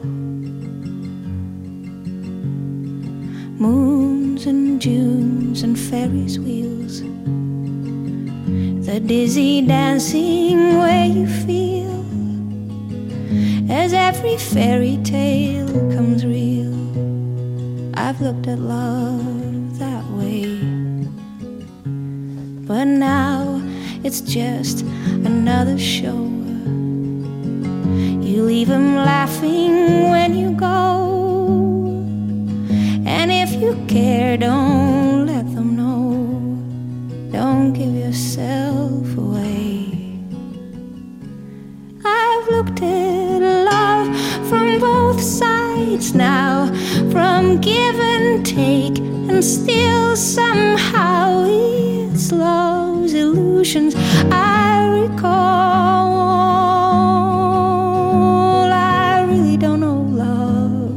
F: Moons and Junes and Ferris wheels, the dizzy dancing way you feel as every fairy tale comes real. I've looked at love that way, but now it's just another show. You leave them laughing when you go, and if you care, don't let them know. Don't give yourself away. I've looked at love from both sides now, from give and take, and still somehow it's love's illusions I recall. I really don't know love.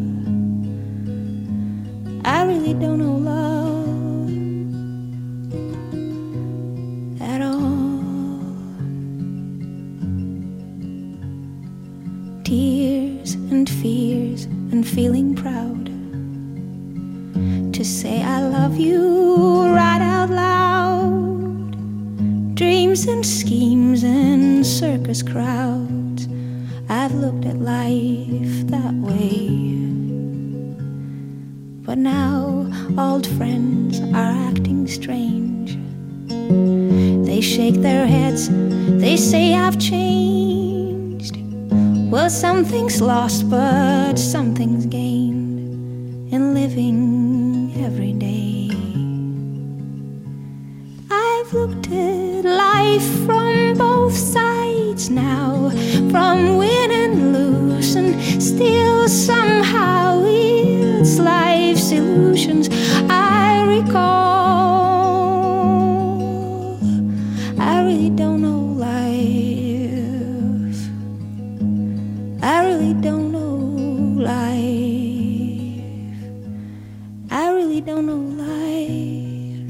F: I really don't know love at all. Tears and fears and feeling proud to say I love you right out loud. Dreams and schemes and circus crowds, I've looked at life that way. But now old friends are acting strange. They They shake their heads, they say I've changed. Well, something's lost, but something's gained in living every day. I've looked at life from both sides now, from win and lose, and still somehow it's life's illusions I recall. I really don't know life. I really don't know life. I really don't know life.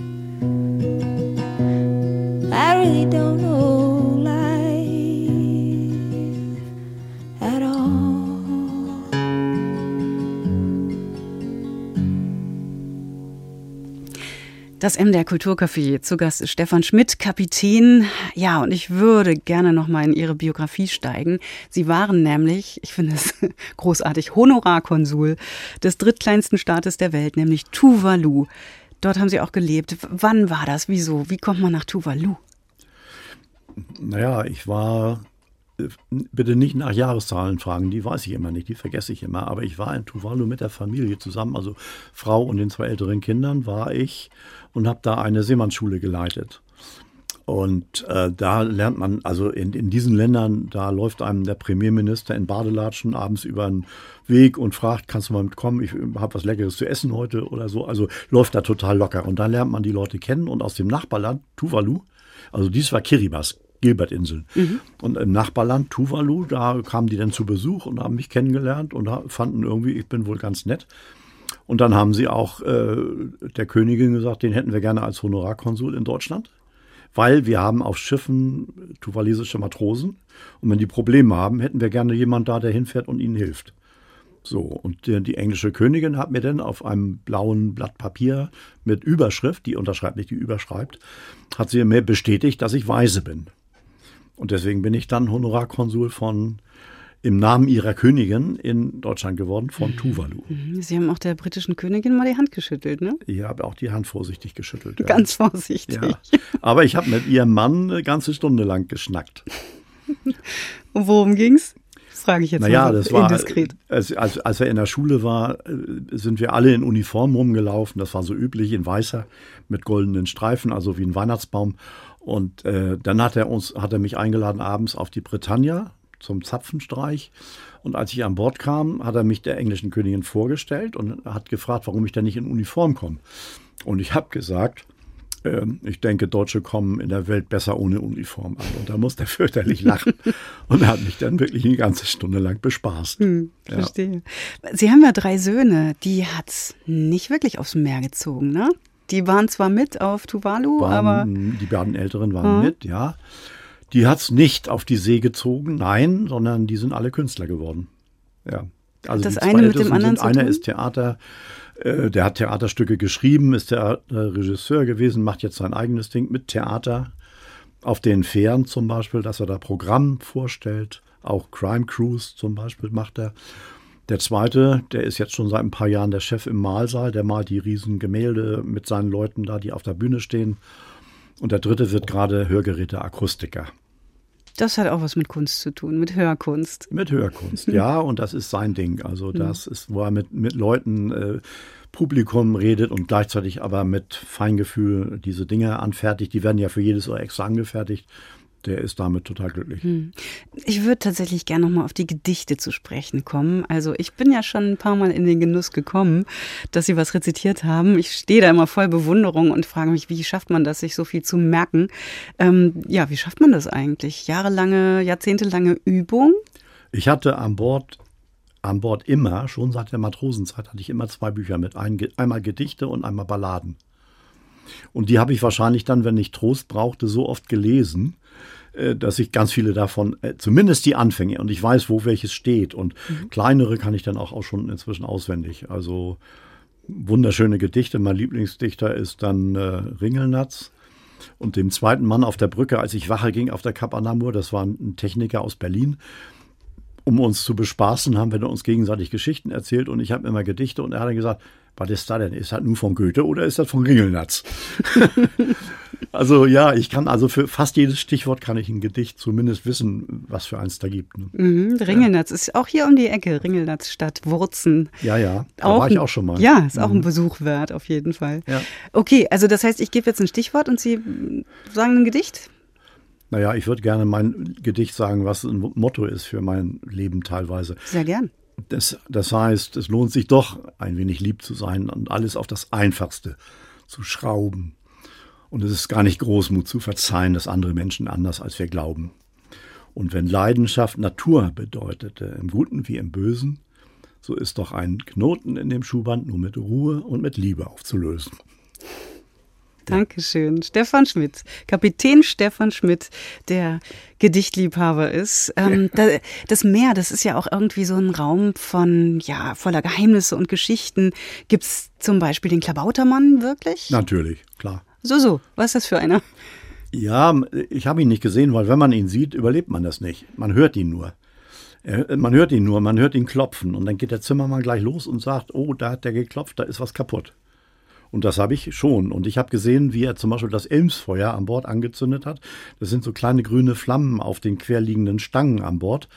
F: I really don't know life at all.
C: Das M D R Kulturcafé, zu Gast ist Stefan Schmidt, Kapitän. Ja, und ich würde gerne noch mal in Ihre Biografie steigen. Sie waren nämlich, ich finde es großartig, Honorarkonsul des drittkleinsten Staates der Welt, nämlich Tuvalu. Dort haben Sie auch gelebt. Wann war das? Wieso? Wie kommt man nach Tuvalu?
D: Naja, ich war, bitte nicht nach Jahreszahlen fragen, die weiß ich immer nicht, die vergesse ich immer. Aber ich war in Tuvalu mit der Familie zusammen, also Frau und den zwei älteren Kindern war ich und habe da eine Seemannsschule geleitet. Und äh, da lernt man, also in, in diesen Ländern, da läuft einem der Premierminister in Badelatschen abends über den Weg und fragt, kannst du mal mitkommen, ich habe was Leckeres zu essen heute oder so. Also läuft da total locker. Und dann lernt man die Leute kennen und aus dem Nachbarland, Tuvalu, also dies war Kiribati, Gilbertinseln. Mhm. Und im Nachbarland Tuvalu, da kamen die dann zu Besuch und haben mich kennengelernt und fanden irgendwie, ich bin wohl ganz nett. Und dann haben sie auch äh, der Königin gesagt, den hätten wir gerne als Honorarkonsul in Deutschland. Weil wir haben auf Schiffen tuvalesische Matrosen und wenn die Probleme haben, hätten wir gerne jemanden da, der hinfährt und ihnen hilft. So, und die, die englische Königin hat mir dann auf einem blauen Blatt Papier mit Überschrift, die unterschreibt nicht, die überschreibt, hat sie mir bestätigt, dass ich weise bin. Und deswegen bin ich dann Honorarkonsul von im Namen ihrer Königin in Deutschland geworden, von Tuvalu.
C: Sie haben auch der britischen Königin mal die Hand geschüttelt, ne?
D: Ich habe auch die Hand vorsichtig geschüttelt. Ja.
C: Ganz vorsichtig.
D: Ja. Aber ich habe mit ihrem Mann eine ganze Stunde lang geschnackt.
C: Und worum ging's? Das frage ich jetzt
D: naja,
C: mal so
D: das war,
C: indiskret.
D: Als, als, als er in der Schule war, sind wir alle in Uniform rumgelaufen. Das war so üblich, in weißer, mit goldenen Streifen, also wie ein Weihnachtsbaum. Und äh, dann hat er uns, hat er mich eingeladen abends auf die Britannia zum Zapfenstreich. Und als ich an Bord kam, hat er mich der englischen Königin vorgestellt und hat gefragt, warum ich denn nicht in Uniform komme. Und ich habe gesagt, äh, ich denke, Deutsche kommen in der Welt besser ohne Uniform an. Und da musste er fürchterlich lachen und er hat mich dann wirklich eine ganze Stunde lang bespaßt.
C: Hm,
D: ja.
C: Verstehe. Sie haben ja drei Söhne, die hat's nicht wirklich aufs Meer gezogen, ne? Die waren zwar mit auf Tuvalu,
D: waren,
C: aber...
D: Die beiden Älteren waren hm. mit, ja. Die hat's nicht auf die See gezogen, nein, sondern die sind alle Künstler geworden. Ja. Also
C: das
D: die
C: eine mit dem anderen
D: sind,
C: zu
D: einer
C: tun?
D: ist Theater, äh, der hat Theaterstücke geschrieben, ist der äh, Regisseur gewesen, macht jetzt sein eigenes Ding mit Theater. Auf den Fähren zum Beispiel, dass er da Programm vorstellt, auch Crime Cruise zum Beispiel macht er. Der zweite, der ist jetzt schon seit ein paar Jahren der Chef im Mahlsaal, der malt die riesen Gemälde mit seinen Leuten da, die auf der Bühne stehen. Und der dritte wird gerade Hörgeräte-Akustiker.
C: Das hat auch was mit Kunst zu tun, mit Hörkunst.
D: Mit Hörkunst, ja, und das ist sein Ding. Also das ist, wo er mit, mit Leuten, äh, Publikum redet und gleichzeitig aber mit Feingefühl diese Dinge anfertigt. Die werden ja für jedes Ohr extra angefertigt. Der ist damit total glücklich.
C: Ich würde tatsächlich gerne noch mal auf die Gedichte zu sprechen kommen. Also ich bin ja schon ein paar Mal in den Genuss gekommen, dass Sie was rezitiert haben. Ich stehe da immer voll Bewunderung und frage mich, wie schafft man das, sich so viel zu merken? Ähm, ja, wie schafft man das eigentlich? Jahrelange, jahrzehntelange Übung?
D: Ich hatte an Bord, an Bord immer, schon seit der Matrosenzeit, hatte ich immer zwei Bücher mit. Ein, einmal Gedichte und einmal Balladen. Und die habe ich wahrscheinlich dann, wenn ich Trost brauchte, so oft gelesen, dass ich ganz viele davon, zumindest die Anfänge, und ich weiß, wo welches steht. Und mhm. kleinere kann ich dann auch, auch schon inzwischen auswendig. Also wunderschöne Gedichte. Mein Lieblingsdichter ist dann äh, Ringelnatz. Und dem zweiten Mann auf der Brücke, als ich Wache ging auf der Kap Anamur, das war ein Techniker aus Berlin. Um uns zu bespaßen, haben wir uns gegenseitig Geschichten erzählt. Und ich habe immer Gedichte. Und er hat dann gesagt, was ist das denn? Ist das nun von Goethe oder ist das von Ringelnatz? Also ja, ich kann also für fast jedes Stichwort kann ich ein Gedicht zumindest wissen, was für eins da gibt. Ne?
C: Mhm, Ringelnatz ist auch hier um die Ecke, Ringelnatzstadt, Wurzen.
D: Ja, ja, da
C: auch
D: war ich auch schon mal.
C: Ja, ist auch
D: mhm.
C: ein Besuch wert, auf jeden Fall.
D: Ja.
C: Okay, also das heißt, ich gebe jetzt ein Stichwort und Sie sagen ein Gedicht?
D: Naja, ich würde gerne mein Gedicht sagen, was ein Motto ist für mein Leben teilweise.
C: Sehr gern.
D: Das, das heißt, es lohnt sich doch, ein wenig lieb zu sein und alles auf das Einfachste zu schrauben. Und es ist gar nicht Großmut zu verzeihen, dass andere Menschen anders als wir glauben. Und wenn Leidenschaft Natur bedeutete, im Guten wie im Bösen, so ist doch ein Knoten in dem Schuhband nur mit Ruhe und mit Liebe aufzulösen.
C: Dankeschön. Stefan Schmidt, Kapitän Stefan Schmidt, der Gedichtliebhaber ist. Ähm, das Meer, das ist ja auch irgendwie so ein Raum von, ja, voller Geheimnisse und Geschichten. Gibt's zum Beispiel den Klabautermann wirklich?
D: Natürlich, klar.
C: So, so. Was ist das für einer?
D: Ja, ich habe ihn nicht gesehen, weil wenn man ihn sieht, überlebt man das nicht. Man hört ihn nur. Man hört ihn nur, man hört ihn klopfen. Und dann geht der Zimmermann gleich los und sagt, oh, da hat der geklopft, da ist was kaputt. Und das habe ich schon. Und ich habe gesehen, wie er zum Beispiel das Elmsfeuer an Bord angezündet hat. Das sind so kleine grüne Flammen auf den querliegenden Stangen an Bord.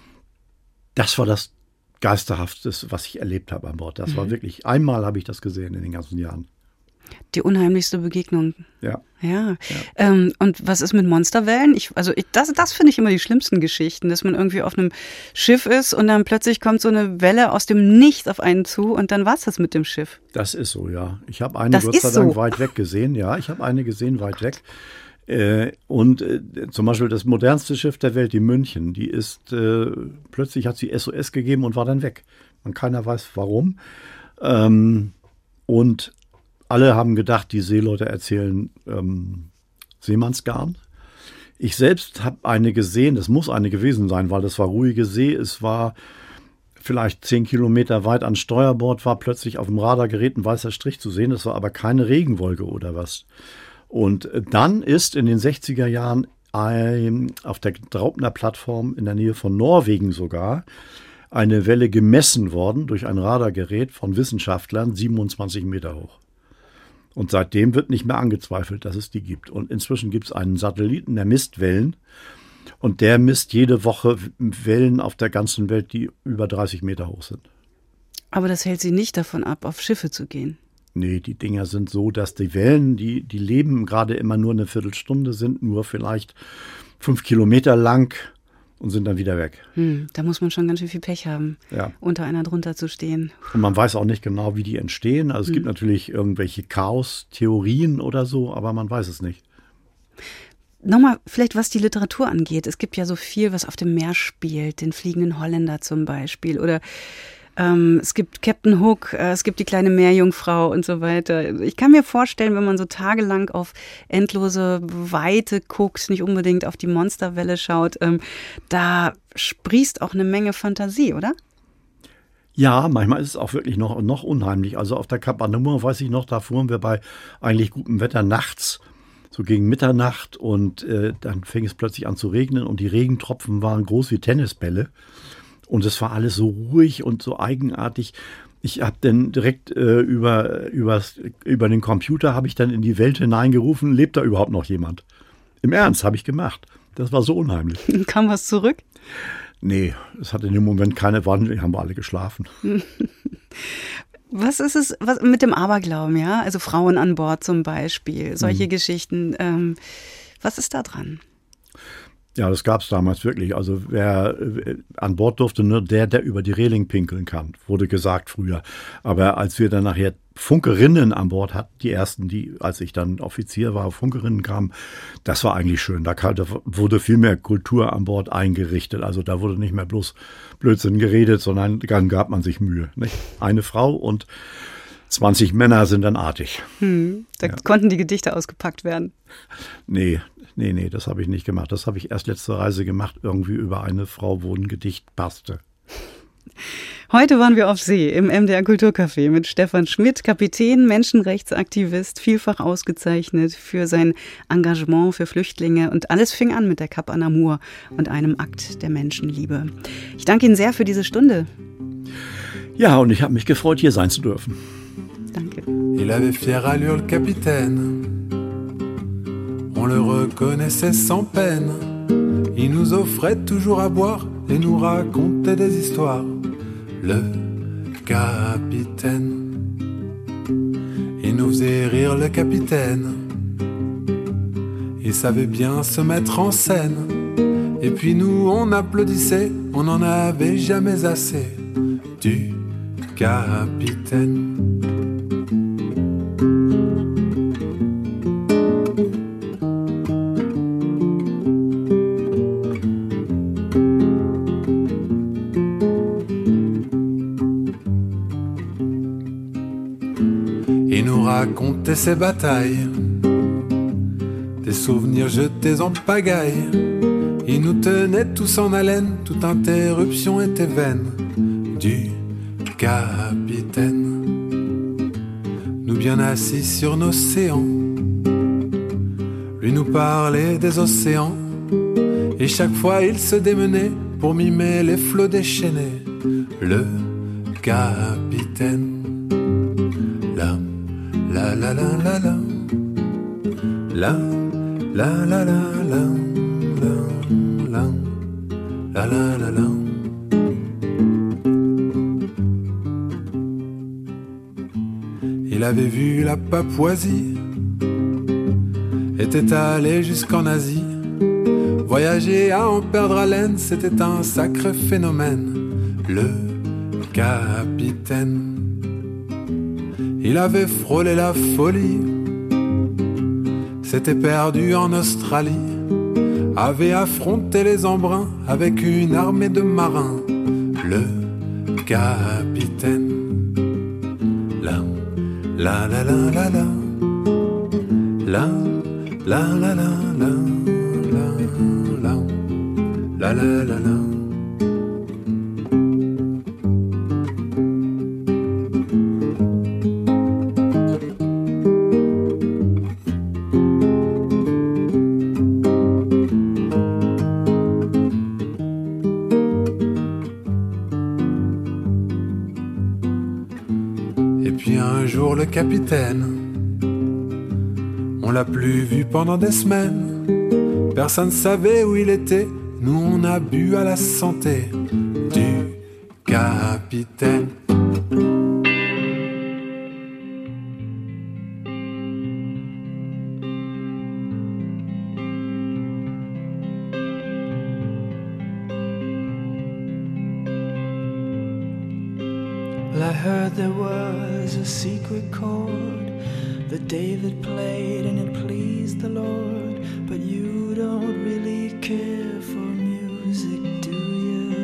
D: Das war das Geisterhafteste, was ich erlebt habe an Bord. Das mhm. war wirklich, einmal habe ich das gesehen in den ganzen Jahren.
C: Die unheimlichste Begegnung.
D: Ja.
C: Ja.
D: ja.
C: Ähm, und was ist mit Monsterwellen? Ich, also ich, das, das finde ich immer die schlimmsten Geschichten, dass man irgendwie auf einem Schiff ist und dann plötzlich kommt so eine Welle aus dem Nichts auf einen zu und dann war es das mit dem Schiff.
D: Das ist so, ja. Ich habe eine
C: das
D: Gott sei
C: ist
D: Dank
C: so.
D: weit weg gesehen. Ja, ich habe eine gesehen weit weg. Äh, und äh, zum Beispiel das modernste Schiff der Welt, die München, die ist, äh, plötzlich hat sie S O S gegeben und war dann weg. Man keiner weiß warum. Ähm, und alle haben gedacht, die Seeleute erzählen ähm, Seemannsgarn. Ich selbst habe eine gesehen, das muss eine gewesen sein, weil das war ruhige See. Es war vielleicht zehn Kilometer weit an Steuerbord, war plötzlich auf dem Radargerät ein weißer Strich zu sehen. Das war aber keine Regenwolke oder was. Und dann ist in den sechziger Jahren ein, auf der Draupner Plattform in der Nähe von Norwegen sogar eine Welle gemessen worden durch ein Radargerät von Wissenschaftlern, siebenundzwanzig Meter hoch. Und seitdem wird nicht mehr angezweifelt, dass es die gibt. Und inzwischen gibt es einen Satelliten, der misst Wellen. Und der misst jede Woche Wellen auf der ganzen Welt, die über dreißig Meter hoch sind.
C: Aber das hält Sie nicht davon ab, auf Schiffe zu gehen?
D: Nee, die Dinger sind so, dass die Wellen, die, die leben gerade immer nur eine Viertelstunde, sind nur vielleicht fünf Kilometer lang und sind dann wieder weg.
C: Hm, da muss man schon ganz schön viel Pech haben,
D: ja.
C: unter einer drunter zu stehen.
D: Und man weiß auch nicht genau, wie die entstehen. Also es hm. gibt natürlich irgendwelche Chaos-Theorien oder so, aber man weiß es nicht.
C: Nochmal vielleicht, was die Literatur angeht. Es gibt ja so viel, was auf dem Meer spielt. Den fliegenden Holländer zum Beispiel. Oder ähm, es gibt Captain Hook, äh, es gibt die kleine Meerjungfrau und so weiter. Ich kann mir vorstellen, wenn man so tagelang auf endlose Weite guckt, nicht unbedingt auf die Monsterwelle schaut, ähm, da sprießt auch eine Menge Fantasie, oder?
D: Ja, manchmal ist es auch wirklich noch, noch unheimlich. Also auf der Kap Anamur, weiß ich noch, da fuhren wir bei eigentlich gutem Wetter nachts, so gegen Mitternacht, und äh, dann fing es plötzlich an zu regnen und die Regentropfen waren groß wie Tennisbälle. Und es war alles so ruhig und so eigenartig. Ich habe dann direkt äh, über, übers, über den Computer habe ich dann in die Welt hineingerufen, lebt da überhaupt noch jemand? Im Ernst, habe ich gemacht. Das war so unheimlich.
C: Kam was zurück?
D: Nee, es hat in dem Moment keine Wandel, haben wir alle geschlafen.
C: Was ist es was mit dem Aberglauben, ja? Also Frauen an Bord zum Beispiel, solche mhm. Geschichten. Ähm, was ist da dran?
D: Ja, das gab es damals wirklich. Also wer äh, an Bord durfte, nur der, der über die Reling pinkeln kann, wurde gesagt früher. Aber als wir dann nachher Funkerinnen an Bord hatten, die ersten, die, als ich dann Offizier war, Funkerinnen kamen, das war eigentlich schön. Da, kam, da wurde viel mehr Kultur an Bord eingerichtet. Also da wurde nicht mehr bloß Blödsinn geredet, sondern dann gab man sich Mühe. Nicht? Eine Frau und zwanzig Männer sind dann artig. Hm,
C: da ja. konnten die Gedichte ausgepackt werden.
D: Nee, nee, nee, das habe ich nicht gemacht. Das habe ich erst letzte Reise gemacht, irgendwie über eine Frau, wo ein Gedicht passte.
C: Heute waren wir auf See im M D R Kulturcafé mit Stefan Schmidt, Kapitän, Menschenrechtsaktivist, vielfach ausgezeichnet für sein Engagement für Flüchtlinge. Und alles fing an mit der Kap Anamur und einem Akt der Menschenliebe. Ich danke Ihnen sehr für diese Stunde.
D: Ja, und ich habe mich gefreut, hier sein zu dürfen.
C: Danke.
G: Il avait fière allure, le capitaine, on le reconnaissait sans peine. Il nous offrait toujours à boire et nous racontait des histoires. Le capitaine, il nous faisait rire le capitaine. Il savait bien se mettre en scène. Et puis nous on applaudissait, on n'en avait jamais assez du capitaine. Il nous racontait ses batailles, des souvenirs jetés en pagaille. Il nous tenait tous en haleine, toute interruption était vaine du capitaine. Nous bien assis sur nos séants, lui nous parlait des océans. Et chaque fois il se démenait pour mimer les flots déchaînés. Le capitaine. La, la la la la la. La, la la la la. La la la la. Il avait vu la Papouasie, était allé jusqu'en Asie. Voyager à en perdre haleine, c'était un sacré phénomène. Le capitaine, il avait frôlé la folie, s'était perdu en Australie, avait affronté les embruns avec une armée de marins. Le capitaine. La, la la la la la. La, la la la la. La, la la la la. Le capitaine, on l'a plus vu pendant des semaines. Personne savait où il était. Nous on a bu à la santé du capitaine.
H: Well, I heard there was a secret chord that David played and it pleased the Lord. But you don't really care for music, do you?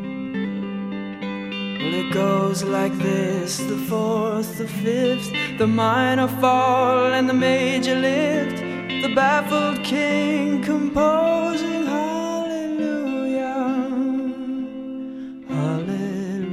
H: Well, it goes like this: the fourth, the fifth, the minor fall and the major lift. The baffled king composing hallelujah, hallelujah.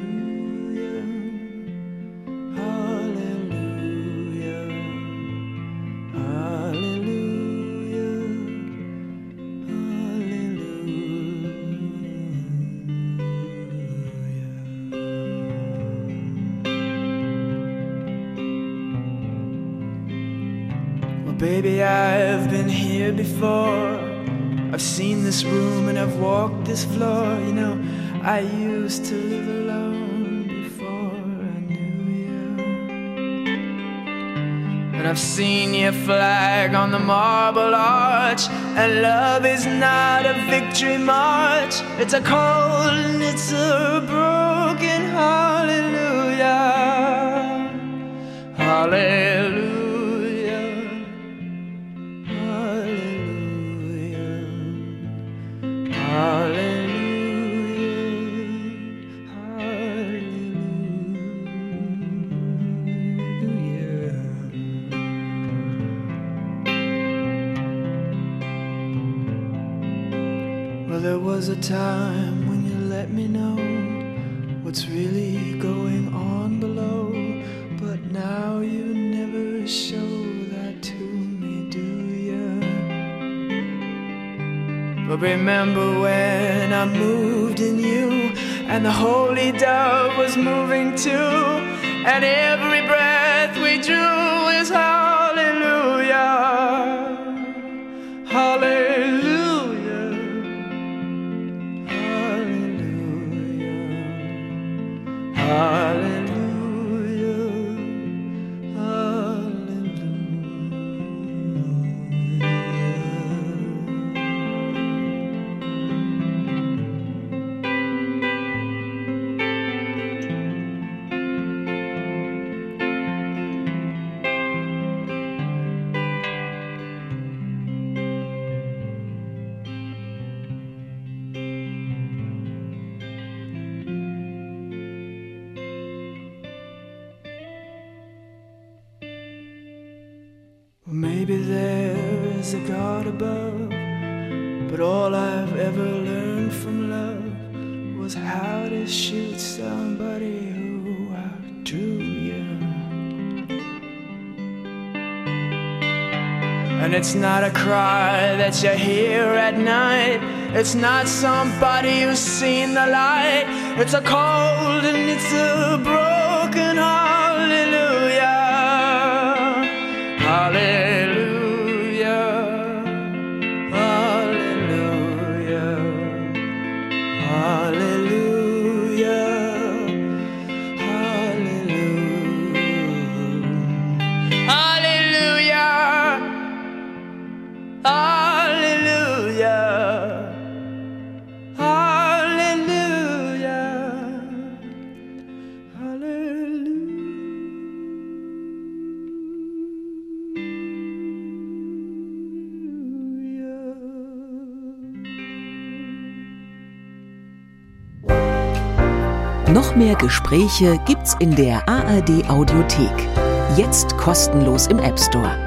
H: Baby, I've been here before. I've seen this room and I've walked this floor. You know, I used to live alone before I knew you. And I've seen your flag on the marble arch. And love is not a victory march. It's a cold and it's a broken hallelujah. Hallelujah. There was a time when you let me know what's really going on below, but now you never show that to me, do you? But remember when I moved in you, and the holy dove was moving too, and every breath we drew is hallelujah, Or maybe there is a God above, but all I've ever learned from love was how to shoot somebody who outdrew you. And it's not a cry that you hear at night. It's not somebody who's seen the light. It's a cold and it's a broken hallelujah. Hallelujah. Hallelujah. Hallelujah. Hallelujah. Hallelujah. Hallelujah. Hallelujah.
I: Noch mehr Gespräche gibt's in der A R D Audiothek. Jetzt kostenlos im App Store.